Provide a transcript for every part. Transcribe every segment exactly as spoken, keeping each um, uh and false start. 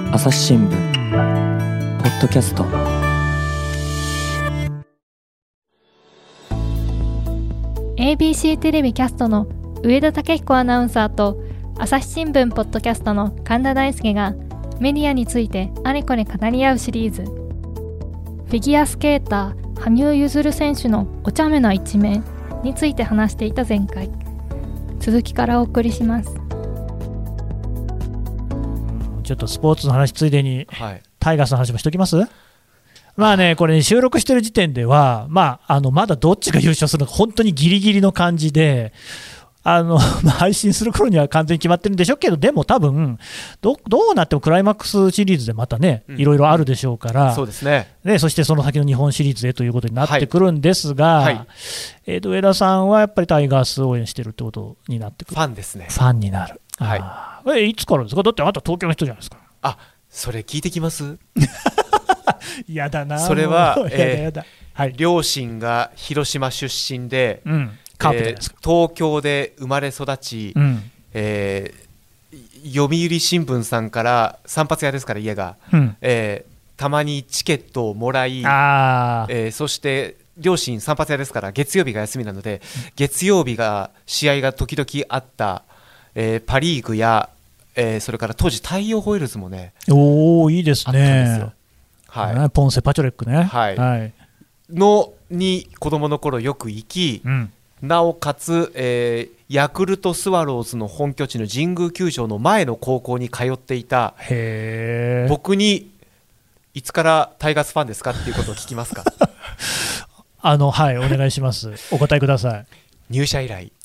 朝日新聞ポッドキャスト。 エービーシー テレビキャストの上田武彦アナウンサーと朝日新聞ポッドキャストの神田大輔がメディアについてあれこれ語り合うシリーズ。フィギュアスケーター羽生結弦選手のお茶目な一面について話していた前回、続きからお送りします。 ちょっとスポーツの話ついでに、 はい、 タイガースの話もしときます。まあね、これ、ね、収録してる時点では、まあ、あのまだどっちが優勝するのか本当にギリギリの感じで、あのまあ、配信する頃には完全に決まってるんでしょうけど、でも多分 ど, どうなってもクライマックスシリーズでまたね、いろいろあるでしょうから、 そうですね。 でそしてその先の日本シリーズへということになってくるんですが、はいはい、えー、と上田さんはやっぱりタイガースを応援してるってことになってくる。 ファンですね。 ファンになる。 はい、 あえいつからですか。だってあなた東京の人じゃないですか。 あ、それ聞いてきます。 やだな。 それは、えーやだやだ、はい、 両親が広島出身で、うん、カープですか。えー、東京で生まれ育ち、うん、えー、読売新聞さんから散髪屋ですから家が、うん、えー、たまにチケットをもらい、あ、えー、そして両親散髪屋ですから月曜日が休みなので、月曜日が試合が時々あった、えー、パリーグや、えー、それから当時太陽ホイールズもね、 おーいいですね、 あったんですよ。はい、 ポンセパチョレックね、 はいはい、のに子供の頃よく行き、うん、なおかつ、えー、ヤクルトスワローズの本拠地の神宮球場の前の高校に通っていた僕に、いつからタイガースファンですかっていうことを聞きますか。 あのはい、お願いします。お答えください。 入社以来。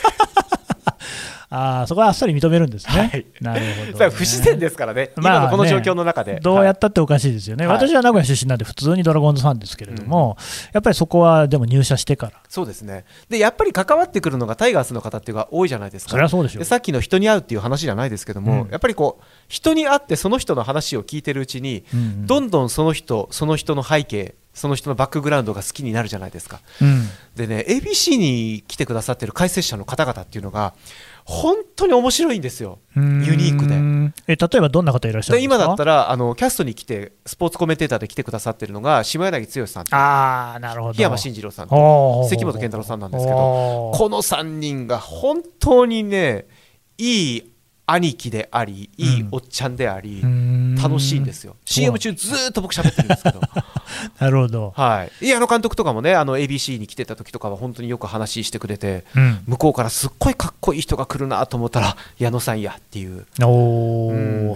あ、そこはあっさり認めるんですね。はい、なるほど、ね、 不自然ですからね、まあ、今のこの状況の中で、ね、 どうやったっておかしいですよね、はい、私は名古屋出身なんで普通にドラゴンズファンですけれども、うん、やっぱりそこはでも入社してから。 そうですね。でやっぱり関わってくるのがタイガースの方っていうのが多いじゃないですか。 それはそうでしょう。 でさっきの人に会うっていう話じゃないですけども、うん、やっぱりこう人に会ってその人の話を聞いてるうちに、うんうん、どんどんその人その人の背景その人のバックグラウンドが好きになるじゃないですか、うん、でね エービーシー に来てくださってる解説者の方々っていうのが本当に面白いんですよ。ユニークで。 え例えばどんな方いらっしゃるんですか。 で今だったらあのキャストに来てスポーツコメンテーターで来てくださってるのが下柳剛さん、 あーなるほど、 檜山慎次郎さんと関本健太郎さんなんですけど、このさんにんが本当にねいい兄貴でありいいおっちゃんであり、うん、楽しいんですよ。 シーエム 中ずーっと僕喋ってるんですけどなるほど、 はい、矢野監督とかもねあの エービーシー に来てた時とかは本当によく話してくれて、うん、向こうからすっごいかっこいい人が来るなと思ったら矢野さんやっていう、 お、うん、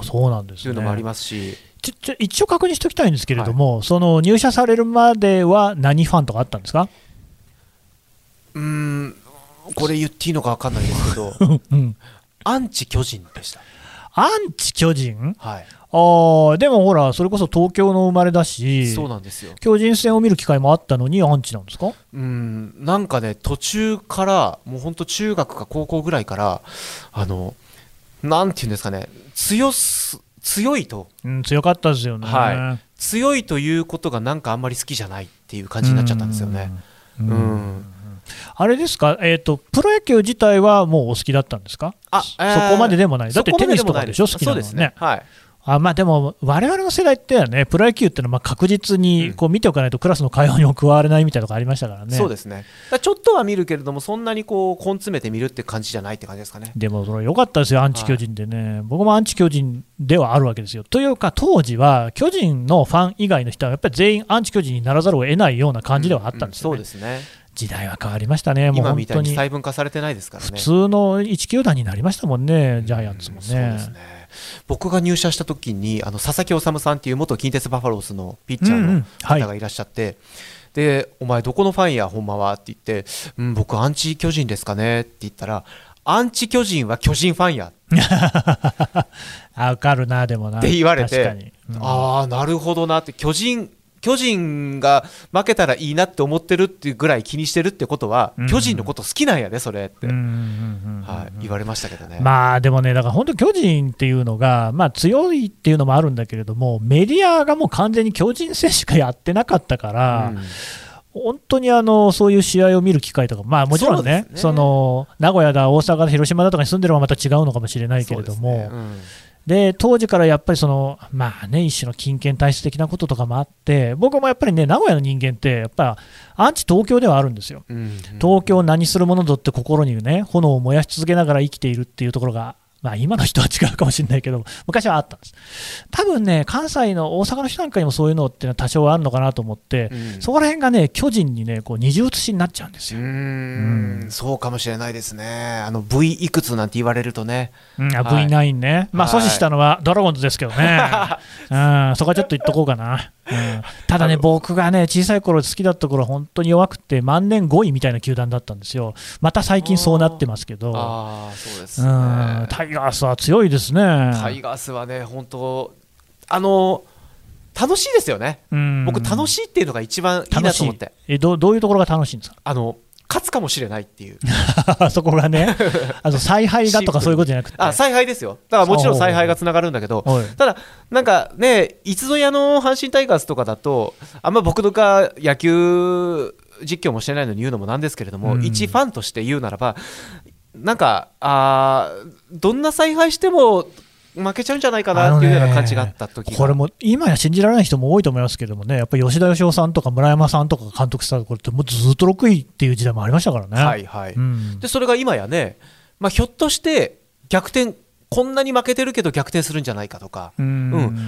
そうなんですね。 いうのもありますし、 ちょちょ一応確認しておきたいんですけれども、はい、その入社されるまでは何ファンとかあったんですか。 うーんこれ言っていいのか分かんないですけど、うん、アンチ巨人でした。 アンチ巨人、 はい、 あでもほらそれこそ東京の生まれだし、 そうなんですよ。 巨人戦を見る機会もあったのにアンチなんですか。 うんなんかね途中からもう本当中学か高校ぐらいからあのなんていうんですかね 強す強いと、 うん、強かったですよね、 はい、強いということがなんかあんまり好きじゃないっていう感じになっちゃったんですよね。うん、うん、 あれですか、えーと、プロ野球自体はもうお好きだったんですか。あ、えー、そこまででもない。だってテニスとかでしょ好きなのね。そうですね、はい。あまあ、でも我々の世代ってはねプロ野球っていうのはまあ確実にこう見ておかないとクラスの会話にも加われないみたいなとこありましたからね。 そうですね。だちょっとは見るけれどもそんなにこう根詰めて見るって感じじゃないって感じですかね。 でもそれ良かったですよアンチ巨人でね、はい、僕もアンチ巨人ではあるわけですよ。というか当時は巨人のファン以外の人はやっぱり全員アンチ巨人にならざるを得ないような感じではあったんですよね、 うんうん、そうですね。時代は変わりましたね。もう今みたいに細分化されてないですからね。 普通の一球団になりましたもんね、ジャイアンツもね。 そうですね。僕が入社した時にあの佐々木修さんっていう元近鉄バファローズのピッチャーの方がいらっしゃって、うんうんはい、でお前どこのファンやほんまはって言って、うん、僕アンチ巨人ですかねって言ったらアンチ巨人は巨人ファンやあ分かるなでもなって言われて、 確かに、うん、 ああなるほどなって巨人巨人が負けたらいいなって思ってるっていうぐらい気にしてるってことは、うん、巨人のこと好きなんやねそれって、はい、言われましたけどね。まあでもねだから本当巨人っていうのが、まあ、強いっていうのもあるんだけれどもメディアがもう完全に巨人戦しかやってなかったから、うん、本当にあのそういう試合を見る機会とか、まあ、もちろん ね, そ、ねその名古屋だ大阪だ広島だとかに住んでるのはまた違うのかもしれないけれども、 で当時からやっぱりその、まあね、一種の金権体質的なこととかもあって、僕もやっぱりね、名古屋の人間って、やっぱアンチ東京ではあるんですよ、うんうん、東京何するものぞって心にね、炎を燃やし続けながら生きているっていうところが、まあ、今の人は違うかもしれないけど、昔はあったんです。多分ね、関西の大阪の人なんかにもそういうのっていうのは多少あるのかなと思って、うん、そこら辺がね、巨人にね、こう二重写しになっちゃうんですよ。 うーん、うん、そうかもしれないですね。あの ブイ いくつなんて言われるとね、 うん、はい、ブイナイン ね、まあ、阻止したのはドラゴンズですけどね、うん、そこはちょっと言っとこうかな。うん、ただね、僕がね、小さい頃好きだった頃、本当に弱くて、万年ごいみたいな球団だったんですよ。また最近そうなってますけど、 あー、そうですね、 うん、タイガースは強いですね。 タイガースはね、本当、あの楽しいですよね。僕、楽しいっていうのが一番いいなと思って。 え ど, どういうところが楽しいんですか？ あの勝つかもしれないっていうそこがね、あの采配がとかそういうことじゃなくて、 あ、采配ですよ。だからもちろん采配がつながるんだけど、ただなんかね、いつぞやの阪神タイガースとかだと、あんま僕が野球実況もしてないのに言うのもなんですけれども、うん、一ファンとして言うならば、なんかあどんな采配しても負けちゃうんじゃないかなっていうような感じがあった時が、 これも今や信じられない人も多いと思いますけどもね、やっぱり吉田義雄さんとか村山さんとか監督したところってもうずっとろくいっていう時代もありましたからね。 はいはい、うん、でそれが今やね、まあ、ひょっとして逆転、こんなに負けてるけど逆転するんじゃないかとか、うん、うん、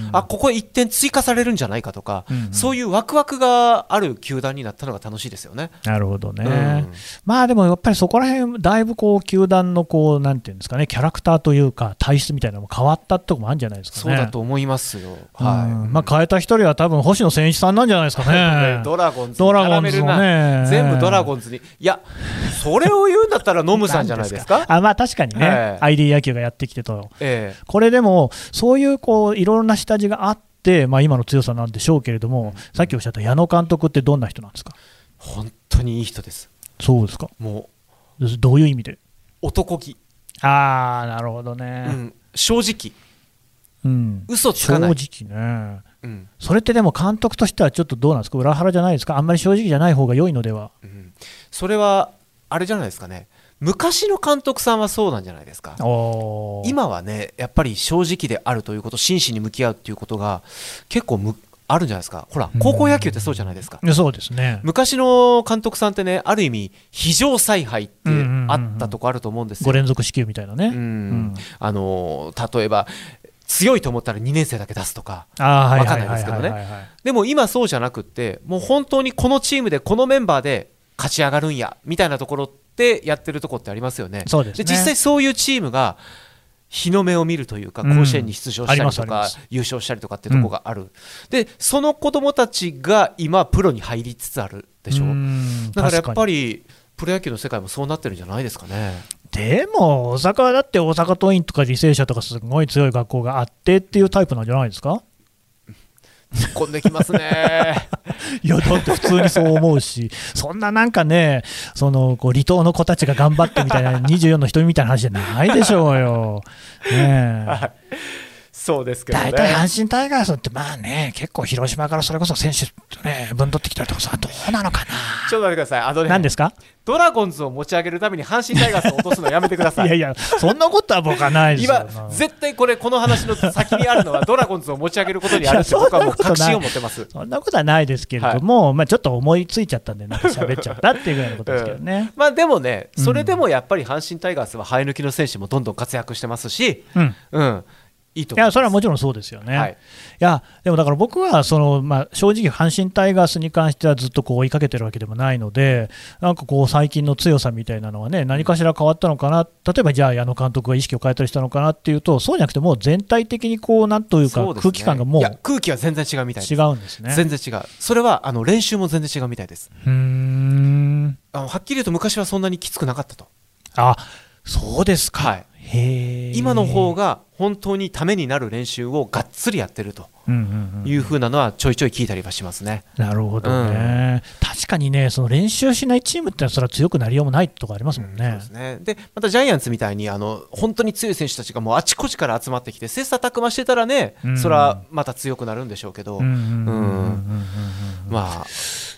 あここいってん追加されるんじゃないかとか、うんうん、そういうワクワクがある球団になったのが楽しいですよね。 なるほどね、うん、まあでもやっぱりそこら辺だいぶこう球団のこうなんていうんですかね、キャラクターというか体質みたいなのも変わったところもあるんじゃないですかね。 そうだと思いますよ、はい、 うん、まあ、変えた一人は多分星野千一さんなんじゃないですかね。 ドラゴンズに絡めるな、ね、全部ドラゴンズに、いやそれを言うんだったらノムさんじゃないですか。 あ、まあ確かにね、えー、アイディー 野球がやってきてと、えー、これでもそういうこういろんな下地があって、まあ、今の強さなんでしょうけれども、うん、さっきおっしゃった矢野監督ってどんな人なんですか？ 本当にいい人です。 そうですか。 もうどういう意味で？ 男気。 ああ、なるほどね、 うん、正直、うん、嘘つかない。正直ね、うん、それってでも監督としてはちょっとどうなんですか？裏腹じゃないですか？あんまり正直じゃない方が良いのでは、うん、 それはあれじゃないですかね。昔の監督さんはそうなんじゃないですか。今はね、やっぱり正直であるということ、真摯に向き合うということが結構むあるんじゃないですか。ほら、高校野球ってそうじゃないですか。 うん、そうですね。 昔の監督さんってね、ある意味非常采配ってあったとこあると思うんですよ。 ご連続四球みたいなね、うんうん、 あの例えば強いと思ったらにねん生だけ出すとか分かんないですけどね。でも今そうじゃなくって、もう本当にこのチームでこのメンバーで勝ち上がるんやみたいなところでやってるところってありますよね。 そうですね。 で実際そういうチームが日の目を見るというか、甲子園に出場したりとか、うん、優勝したりとかってとこがある、うん、でその子どもたちが今プロに入りつつあるでしょ。だからやっぱりプロ野球の世界もそうなってるんじゃないですかね。 でも大阪だって大阪桐蔭とか履正社とかすごい強い学校があってっていうタイプなんじゃないですか。 突っ込んできますねいやだって普通にそう思うし、そんななんかね、そのこう離島の子たちが頑張ってみたいなにじゅうよんの瞳みたいな話じゃないでしょうよ、ねえそうですけどね。 大体阪神タイガースってまあね、結構広島からそれこそ選手ね分取ってきたりとかさ、どうなのかな。 ちょっと待ってください。あのね、 何ですか？ ドラゴンズを持ち上げるために阪神タイガースを落とすのやめてください。 いやいや、そんなことは僕はないですよ。 今絶対これこの話の先にあるのはドラゴンズを持ち上げることにあるって僕はもう確信を持ってます。 そんなことはないですけれども、はい、まあ、ちょっと思いついちゃったんでなんか喋っちゃったっていうぐらいのことですけどね、うん、 まあでもね、それでもやっぱり阪神タイガースは生え抜きの選手もどんどん活躍してますし、うん、うんいいと思います。 いやそれはもちろんそうですよね、はい、いやでもだから僕はその、まあ、正直阪神タイガースに関してはずっとこう追いかけてるわけでもないので、なんかこう最近の強さみたいなのはね、何かしら変わったのかな、例えばじゃあ矢野監督が意識を変えたりしたのかなっていうと、そうじゃなくてもう全体的にこうなんというか空気感がもう、 いや空気は全然違うみたいです。 違うんですね。 全然違う。それはあの練習も全然違うみたいです。 うーんあのはっきり言うと昔はそんなにきつくなかったと。 あ、そうですか、 はい、へ今の方が本当にためになる練習をがっつりやってるという風なのはちょいちょい聞いたりはしますね。 なるほどね、うん、確かにね、その練習しないチームってのはそれは強くなりようもないとかありますもんね、うん、そうですね。 でまたジャイアンツみたいにあの本当に強い選手たちがもうあちこちから集まってきて切磋琢磨してたらね、うん、それはまた強くなるんでしょうけど、まあ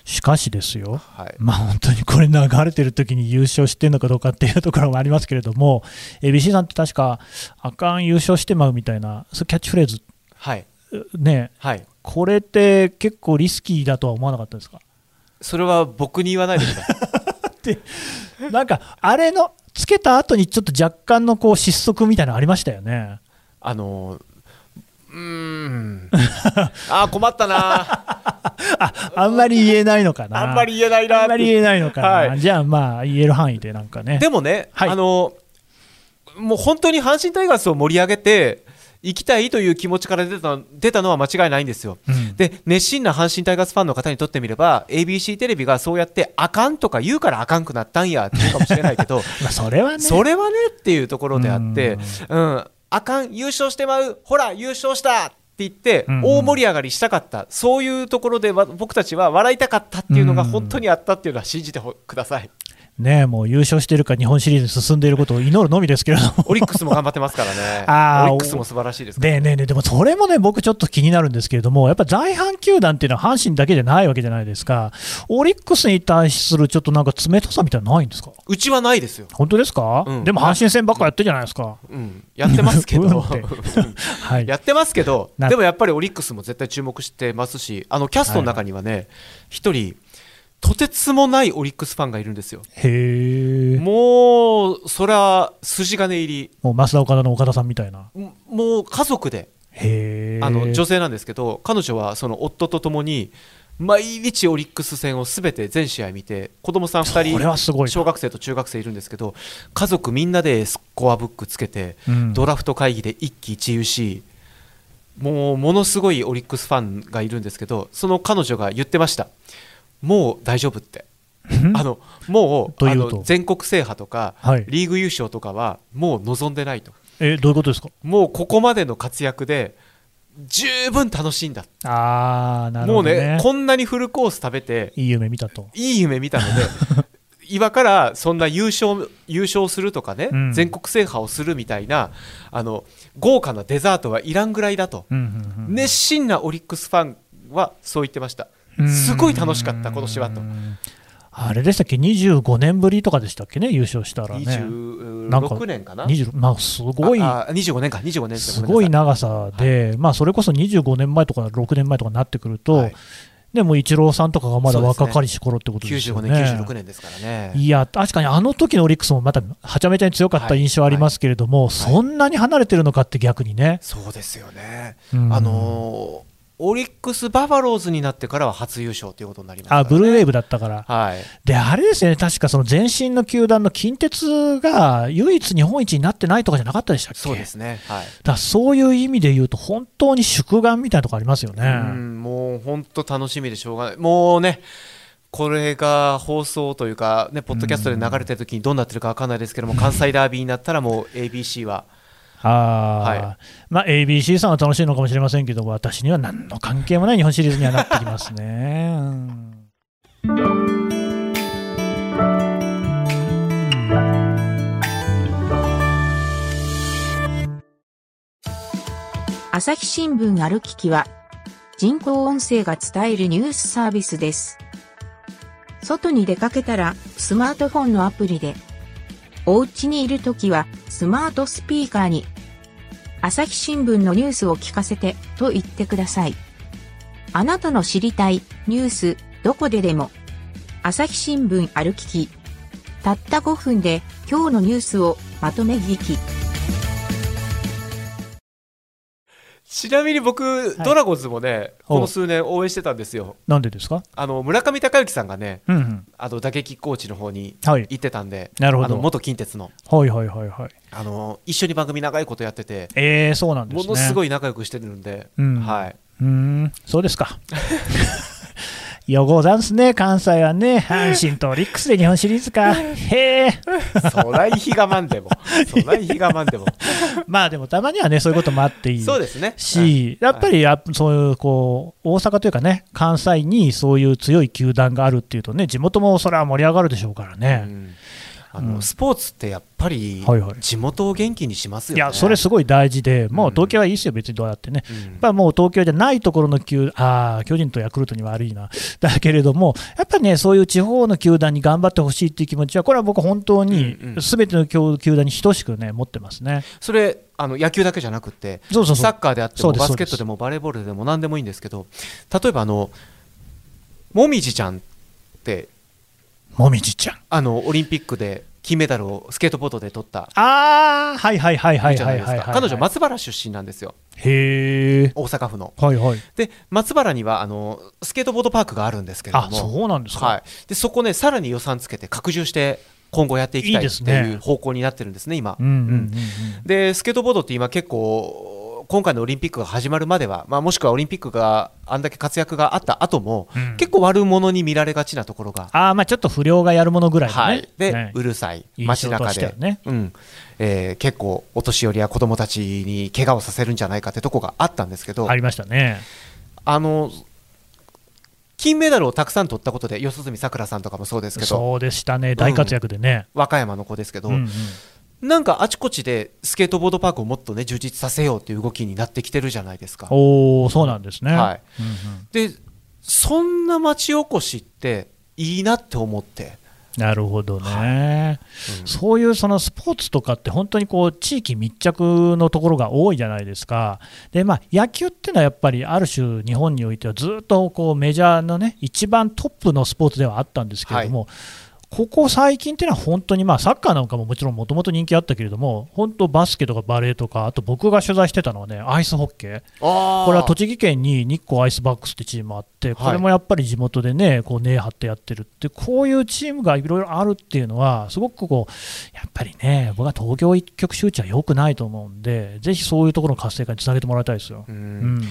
しかしですよ、 はい、 まあ、本当にこれ流れてる時に優勝してるのかどうかっていうところもありますけれども、 エービーシー さんって確かあかん優勝してまうみたいなそういうキャッチフレーズ、 はいね、 はい、 これって結構リスキーだとは思わなかったですか？ それは僕に言わないでくださいでなんかあれのつけた後にちょっと若干のこう失速みたいなのありましたよね。 あのうーんあ困ったなあ, あんまり言えないのかな。 あんまり言えないなあんまり言えないのかな、 はい、 じゃあまあ言える範囲でなんかね。 でもね、 はい、 あのもう本当に阪神タイガースを盛り上げて行きたいという気持ちから出た、出たのは間違いないんですよ、うん、で熱心な阪神タイガースファンの方にとってみれば エービーシー テレビがそうやってあかんとか言うからあかんくなったんやって言うかもしれないけどまあそれはねそれはねっていうところであって、うん、うん、あかん優勝してまうほら優勝したって言って大盛り上がりしたかった、うんうん、そういうところで僕たちは笑いたかったっていうのが本当にあったっていうのは信じてください。 ね、もう優勝しているか日本シリーズに進んでいることを祈るのみですけれどもオリックスも頑張ってますからねあオリックスも素晴らしいですからね。ねえねえでもそれもね僕ちょっと気になるんですけれども、やっぱ在阪球団っていうのは阪神だけじゃないわけじゃないですか。オリックスに対するちょっとなんか冷たさみたいなのないんですか？ うちはないですよ。 本当ですか？うん、でも阪神戦ばっかやってるじゃないですか。 うん、やってますけどはい、 やってますけどでもやっぱりオリックスも絶対注目してますし、あのキャストの中にはね一、はい、人とてつもないオリックスファンがいるんですよ。 へー、 もうそれは筋金入り、 もう増田岡田の岡田さんみたいな、 もう家族で、 へー、 あの女性なんですけど彼女はその夫と共に毎日オリックス戦をすべて全試合見て、子供さんふたり小学生と中学生いるんですけど家族みんなでスコアブックつけて、うん、ドラフト会議で一喜一憂し、もうものすごいオリックスファンがいるんですけど、その彼女が言ってました。もう大丈夫ってあのもうあの全国制覇とか、はい、リーグ優勝とかはもう望んでないと。 えどういうことですか？ もうここまでの活躍で十分楽しいんだ。 あー、なるほどね。 もうねこんなにフルコース食べていい夢見たといい夢見たので今からそんな優勝優勝するとかね、うん、全国制覇をするみたいなあの豪華なデザートはいらんぐらいだと、うんうんうん、熱心なオリックスファンはそう言ってました。すごい楽しかった今年はと。 あれでしたっけにじゅうごねんぶりとかでしたっけね、優勝したらね。 にじゅうろくねんかな。 にじゅう、まあ、すごいああにじゅうごねんかにじゅうごねんすごい長さで、はい、まあ、それこそにじゅうごねんまえとかろくねんまえとかになってくると、はい、でもイチローさんとかがまだ若かりし頃ってことですよね。 きゅうじゅうごねんきゅうじゅうろくねんですからね。 いや確かにあの時のオリックスもまたはちゃめちゃに強かった印象ありますけれども、はいはい、そんなに離れてるのかって逆にね。 そうですよね、うん、あのーオリックスバファローズになってからは初優勝ということになりますから、ね、 あブルーウェーブだったから、 はい、 であれですね、確かその前身の球団の近鉄が唯一日本一になってないとかじゃなかったでしたっけ？ そうですね、はい、 だそういう意味で言うと本当に宿願みたいなところありますよね。 うんもう本当楽しみでしょうがない。もうねこれが放送というか、ね、ポッドキャストで流れてる時にどうなってるか分かんないですけども、関西ダービーになったらもう エービーシー はあはいまあ、エービーシー さんは楽しいのかもしれませんけど、私には何の関係もない日本シリーズにはなってきますね、うん、 朝日新聞ある聞きは人工音声が伝えるニュースサービスです。外に出かけたらスマートフォンのアプリで、お家にいるときはスマートスピーカーに朝日新聞のニュースを聞かせてと言ってください。あなたの知りたいニュースどこででも朝日新聞ある聞き。たったごふんで今日のニュースをまとめ聞き。 ちなみに僕、はい、ドラゴンズもねこの数年応援してたんですよ。 なんでですか？ あの村上隆之さんがね、うんうん、あの打撃コーチの方に行ってたんで、はい、なるほど、あの元近鉄の、 はいはいはいはい、あの一緒に番組長いことやってて、 えー、そうなんですね、 ものすごい仲良くしてるんで、うん、はい、 うーんそうですかよござんすね、関西はね、阪神とオリックスで日本シリーズか、へえ、 そない日がまんでも、そない日がまんでも、 まあでもたまにはね、そういうこともあっていいし、 そうですね、 やっぱりやそういうこう大阪というかね、関西にそういう強い球団があるっていうとね、地元もそれは盛り上がるでしょうからね。うん、 あのスポーツってやっぱり地元を元気にしますよね。 いやそれすごい大事で、もう東京はいいですよ、別にどうやってね、うん、やっぱもう東京じゃないところの球、あ巨人とヤクルトに悪いな、だけれども、やっぱりね、そういう地方の球団に頑張ってほしいっていう気持ちは、これは僕、本当にすべての球団に等しくね、持ってますね。 それあの野球だけじゃなくて、そうそうそう、サッカーであってもバスケットでもバレーボールでも何でもいいんですけど、例えばあのもみじちゃんって、 もみじちゃんあのオリンピックで金メダルをスケートボードで取った、 あーはいはいはいはいはいはい、 彼女松原出身なんですよ。 へー、 大阪府の、 はいはい、 で松原にはあのスケートボードパークがあるんですけれども、 あそうなんですか、 はい、でそこね、さらに予算つけて拡充して今後やっていきたいっていう方向になってるんですね、今。でスケートボードって今結構今回のオリンピックが始まるまでは、まあ、もしくはオリンピックがあんだけ活躍があった後も、うん、結構悪者に見られがちなところが、 あまあちょっと不良がやるものぐらいのね、はい、 で、 ね、 うるさい街中で、ね、うんえー、結構お年寄りや子どもたちに怪我をさせるんじゃないかってとこがあったんですけど、 ありましたね。 あの金メダルをたくさん取ったことで、四十住さくらさんとかもそうですけど、 そうでしたね、大活躍でね、 うん、和歌山の子ですけど、うんうん、なんかあちこちでスケートボードパークをもっとね充実させようという動きになってきてるじゃないですか。 おー、そうなんですね、 はい、 うんうん、 でそんな町おこしっていいなって思って。 なるほどね、はいうん、そういうそのスポーツとかって本当にこう地域密着のところが多いじゃないですか。で、まあ、野球っていうのはやっぱりある種日本においてはずっとこうメジャーのね一番トップのスポーツではあったんですけれども、はい、ここ最近っていうのは本当に、まあサッカーなんかももちろんもともと人気あったけれども、本当バスケとかバレーとか、あと僕が取材してたのはねアイスホッケー、これは栃木県に日光アイスバックスってチームあって、これもやっぱり地元でねこう根張ってやってるって、こういうチームがいろいろあるっていうのはすごくこうやっぱりね、僕は東京一極集中は良くないと思うんで、ぜひそういうところの活性化につなげてもらいたいですよ。うん、うん、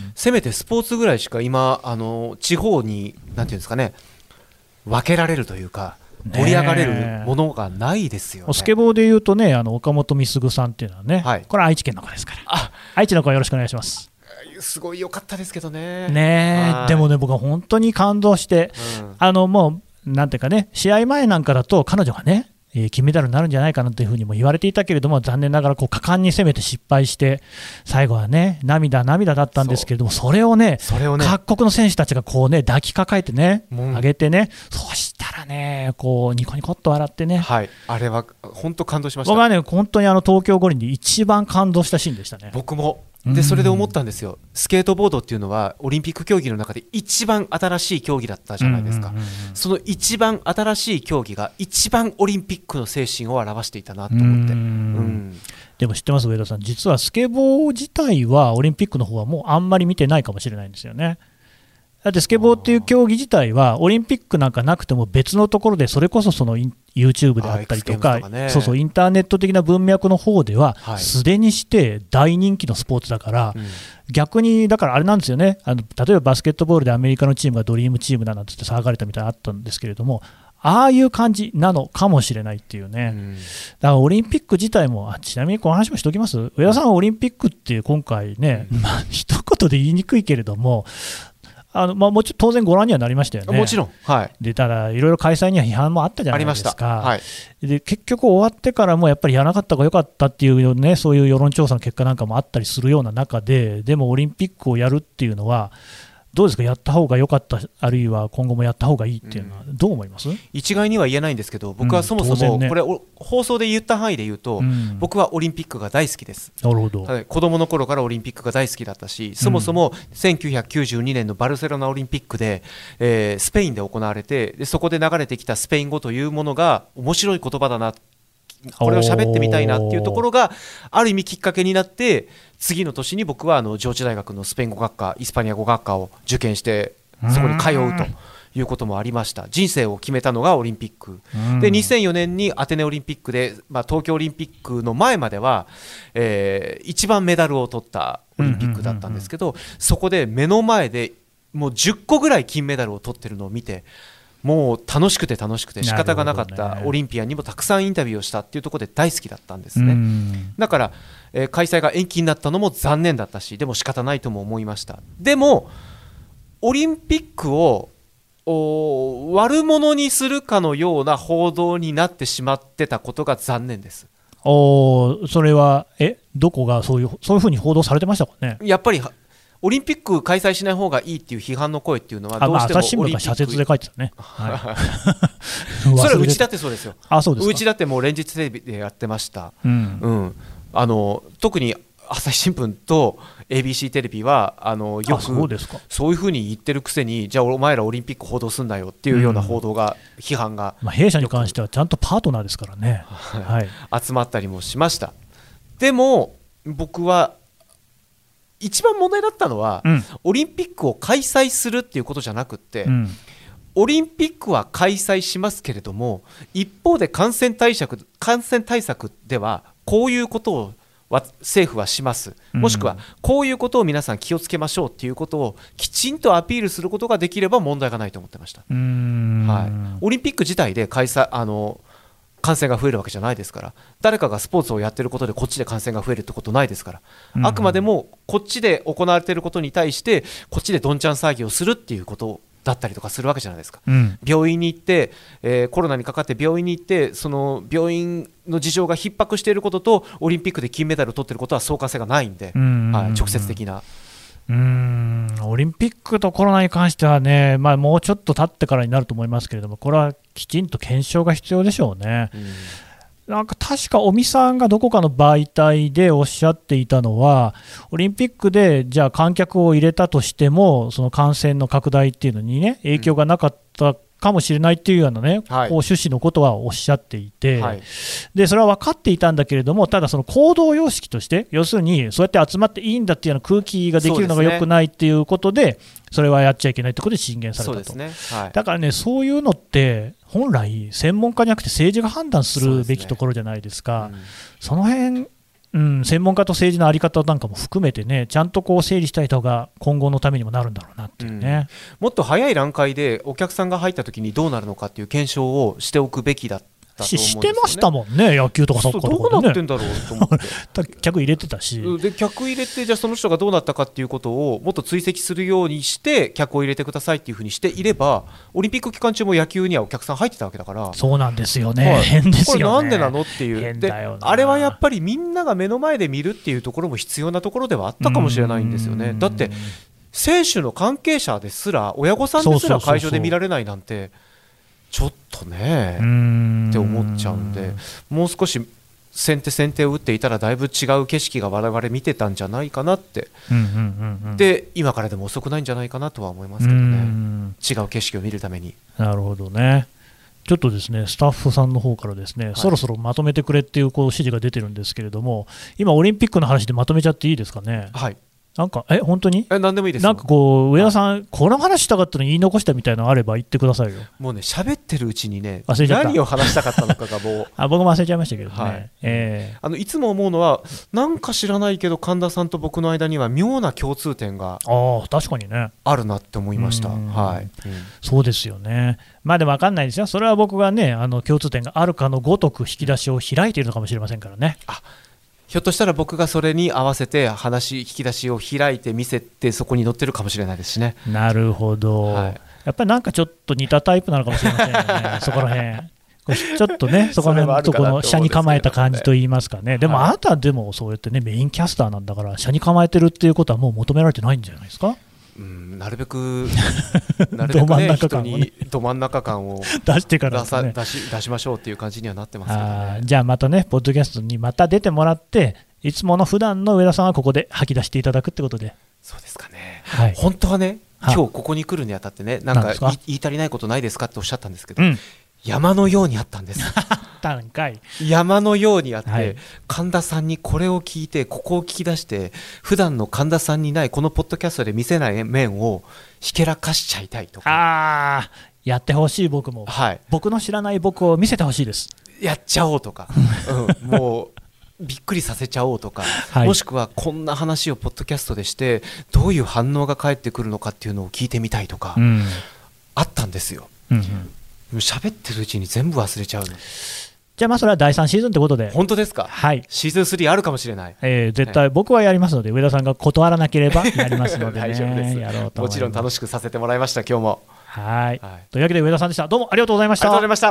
せめてスポーツぐらいしか今あの地方になんていうんですかね、分けられるというか盛り上がれるものがないですよね。 スケボーでいうとね、あの岡本美優さんっていうのはね、はい、これは愛知県の子ですから、あ愛知の子よろしくお願いします。 すごい良かったですけどね。 ねでもね、僕は本当に感動して、うん、あのもうなんていうかね、試合前なんかだと彼女がね金メダルになるんじゃないかなというふうにも言われていたけれども、残念ながらこう果敢に攻めて失敗して最後はね涙涙だったんですけれども、それをね、それをね各国の選手たちがこうね抱きかかえてね、うん、上げてね、そしたらねこうニコニコっと笑ってね、 はい、あれは本当感動しました。 僕はね本当にあの東京五輪で一番感動したシーンでしたね。 僕もでそれで思ったんですよ。スケートボードっていうのはオリンピック競技の中で一番新しい競技だったじゃないですか。その一番新しい競技が一番オリンピックの精神を表していたなと思って。うんうんでも知ってます上田さん、実はスケボー自体はオリンピックの方はもうあんまり見てないかもしれないんですよね。だってスケボーっていう競技自体はオリンピックなんかなくても別のところで、それこそその YouTube であったりとか、そうそうインターネット的な文脈の方ではすでにして大人気のスポーツだから、逆にだからあれなんですよね、あの例えばバスケットボールでアメリカのチームがドリームチームだなんて騒がれたみたいなのあったんですけれども、ああいう感じなのかもしれないっていうね、うん、だからオリンピック自体も、あちなみにこの話もしておきます、上田さんはオリンピックっていう今回ね、うんまあ、一言で言いにくいけれども、あのまあ、もちろん当然ご覧にはなりましたよね。 もちろん、はい、 でただいろいろ開催には批判もあったじゃないですか。 はい、 で結局終わってからもやっぱりやらなかった方が良かったっていう、ね、そういう世論調査の結果なんかもあったりするような中で、でもオリンピックをやるっていうのはどうですか、やった方が良かった、あるいは今後もやった方がいいっていうのはどう思います？うん、 一概には言えないんですけど、僕はそもそもこれ、うんね、放送で言った範囲で言うと、うん、僕はオリンピックが大好きです。 なるほど。 子供の頃からオリンピックが大好きだったし、そもそもせんきゅうひゃくきゅうじゅうにねんのバルセロナオリンピックで、えー、スペインで行われて、でそこで流れてきたスペイン語というものが面白い言葉だな、これを喋ってみたいなっていうところがある意味きっかけになって、次の年に僕はあの上智大学のスペイン語学科、イスパニア語学科を受験してそこに通うということもありました。人生を決めたのがオリンピックで、にせんよねんにアテネオリンピックで、まあ、東京オリンピックの前までは、えー、一番メダルを取ったオリンピックだったんですけど、そこで目の前でもうじゅっこぐらい金メダルを取ってるのを見て、もう楽しくて楽しくて仕方がなかったオリンピアンにもたくさんインタビューをしたっていうところで大好きだったんですね。だから、えー、開催が延期になったのも残念だったし、でも仕方ないとも思いました。でもオリンピックをお悪者にするかのような報道になってしまってたことが残念です。 おそれはえどこがそういうそういうふうに報道されてましたかね。 やっぱりオリンピック開催しない方がいいっていう批判の声っていうのはどうしても朝日新聞が社説で書いてたね、はい、 それはうちだってそうですよ。 あそうですか。 うちだってもう連日テレビでやってました、 うんうん、あの特に朝日新聞と エービーシー テレビはあのよくそうですか、そういうふうに言ってるくせにじゃあお前らオリンピック報道すんなよっていうような報道が、うん、批判が、 まあ、弊社に関してはちゃんとパートナーですからね、はい、 集まったりもしました。でも僕は一番問題だったのは、うん、オリンピックを開催するっていうことじゃなくって、うん、オリンピックは開催しますけれども一方で感染対策、感染対策ではこういうことを政府はします、もしくはこういうことを皆さん気をつけましょうっていうことをきちんとアピールすることができれば問題がないと思ってました。うーん、はい、オリンピック自体で開催あの感染が増えるわけじゃないですから、誰かがスポーツをやってることでこっちで感染が増えるってことないですから、うん、あくまでもこっちで行われていることに対してこっちでどんちゃん騒ぎをするっていうことだったりとかするわけじゃないですか、うん、病院に行って、えー、コロナにかかって病院に行ってその病院の事情が逼迫していることとオリンピックで金メダルを取っていることは相関性がないんで、うん、はい、直接的なうーんオリンピックとコロナに関してはね、まあ、もうちょっと経ってからになると思いますけれども、これはきちんと検証が必要でしょうね。うん、なんか確か尾身さんがどこかの媒体でおっしゃっていたのは、オリンピックでじゃあ観客を入れたとしてもその感染の拡大っていうのにね影響がなかったかもしれないっていうようなね、はい、こう趣旨のことはおっしゃっていて、はい、でそれは分かっていたんだけれども、ただその行動様式として要するにそうやって集まっていいんだっていうような空気ができるのが良くないっていうことで、それはやっちゃいけないってことで進言されたと。そうですね、はい、だからねそういうのって本来専門家じゃなくて政治が判断するべきところじゃないですか。その辺うん、専門家と政治の在り方なんかも含めてね、ちゃんとこう整理したい人が今後のためにもなるんだろうなっていうね、 うん、もっと早い段階でお客さんが入った時にどうなるのかっていう検証をしておくべきだったと思うんですよね。 してましたもんね、野球とかサッカーとかでね。 どうなってんだろうと思って客入れてたし、 で客入れてじゃあその人がどうなったかっていうことをもっと追跡するようにして客を入れてくださいっていうふうにしていれば、オリンピック期間中も野球にはお客さん入ってたわけだから。 そうなんですよね、はい、変ですよね。 これなんでなのっていう。であれはやっぱりみんなが目の前で見るっていうところも必要なところではあったかもしれないんですよね。だって選手の関係者ですら親御さんですら会場で見られないなんてちょっとねって思っちゃうんで、もう少し先手先手を打っていたらだいぶ違う景色が我々見てたんじゃないかなって、うんうんうんうん、で今からでも遅くないんじゃないかなとは思いますけどね、違う景色を見るために。 なるほどね。ちょっとですねスタッフさんの方からですね、はい、そろそろまとめてくれっていうこう指示が出てるんですけれども、今オリンピックの話でまとめちゃっていいですかね。 はい、 なんかえ本当にえ何でもいいです。 なんかこう上田さん、はい、この話したかったの言い残したみたいなのあれば言ってくださいよ。 もうね喋ってるうちにね忘れちゃった何を話したかったのかがもうあ僕も忘れちゃいましたけどね、はい、 えー、あのいつも思うのはなんか知らないけど神田さんと僕の間には妙な共通点があ確かにねあるなって思いました。はい、うん、 そうですよね。まあでも分かんないですよ。それは僕がねあの共通点があるかのごとく引き出しを開いているのかもしれませんからね。 あひょっとしたら僕がそれに合わせて話引き出しを開いて見せてそこに載ってるかもしれないですしね。 なるほど、はい、やっぱりなんかちょっと似たタイプなのかもしれませんよねそこら辺ちょっとねそこら辺のとこの車に構えた感じといいますかね。でもあなたでもそうやってねメインキャスターなんだから車に構えてるっていうことはもう求められてないんじゃないですか。 うん、なるべくなるべく、ね、人にど真ん中感を出してからですね、 出し、出しましょうっていう感じにはなってますけどね。 じゃあまたねポッドキャストにまた出てもらっていつもの普段の上田さんはここで吐き出していただくってことで。 そうですかね、はい、本当はね今日ここに来るにあたってねなんか言い足りないことないですかっておっしゃったんですけど、うん、山のようにあったんです山のようにあって、はい、神田さんにこれを聞いてここを聞き出して普段の神田さんにないこのポッドキャストで見せない面をひけらかしちゃいたいとか。 あやってほしい僕も、はい、僕の知らない僕を見せてほしいです。 やっちゃおうとか、うん、もうびっくりさせちゃおうとか、はい、もしくはこんな話をポッドキャストでしてどういう反応が返ってくるのかっていうのを聞いてみたいとか、うん、あったんですよ。うんうん、喋ってるうちに全部忘れちゃうの。 じゃあまあそれはだいさんシーズンということで。 本当ですか。 はい、 シーズンスリーあるかもしれない、 えー、絶対僕はやりますので、はい、上田さんが断らなければやりますので、ね、 大丈夫です。 やろうと思います。 もちろん楽しくさせてもらいました今日も。 はい、はい、というわけで上田さんでした。どうもありがとうございました。 ありがとうございました。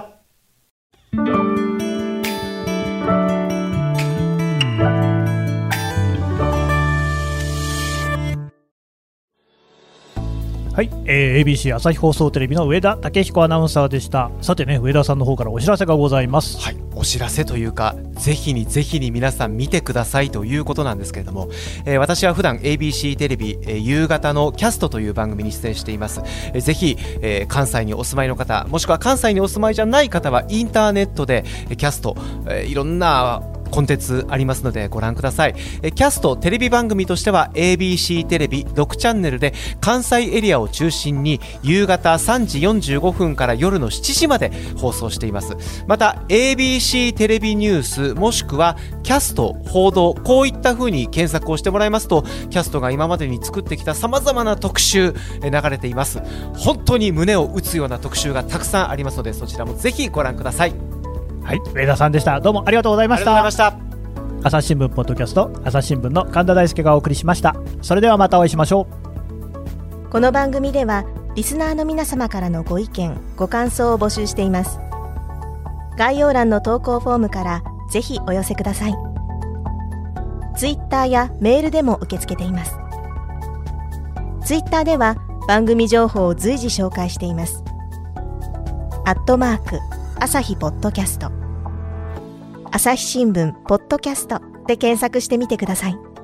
はい、えー、エービーシー 朝日放送テレビの上田武彦アナウンサーでした。さてね、上田さんの方からお知らせがございます。 はい、お知らせというか、ぜひにぜひに皆さん見てくださいということなんですけれども、えー、私は普段 エービーシー テレビ、えー、夕方のキャストという番組に出演しています。えー、ぜひ、えー、関西にお住まいの方、もしくは関西にお住まいじゃない方はインターネットで、えー、キャスト、えー、いろんなコンテンツありますのでご覧ください。えキャストテレビ番組としては エービーシー テレビろくチャンネルで関西エリアを中心に夕方さんじよんじゅうごふんから夜のしちじまで放送しています。また エービーシー テレビニュースもしくはキャスト報道、こういった風に検索をしてもらいますと、キャストが今までに作ってきた様々な特集流れています。本当に胸を打つような特集がたくさんありますので、そちらもぜひご覧ください。 はい、上田さんでした。どうもありがとうございました。 ありがとうございました。朝日新聞ポッドキャスト、朝日新聞の神田大輔がお送りしました。それではまたお会いしましょう。この番組ではリスナーの皆様からのご意見ご感想を募集しています。概要欄の投稿フォームからぜひお寄せください。ツイッターやメールでも受け付けています。ツイッターでは番組情報を随時紹介しています。アットマーク朝日ポッドキャスト、朝日新聞ポッドキャストで検索してみてください。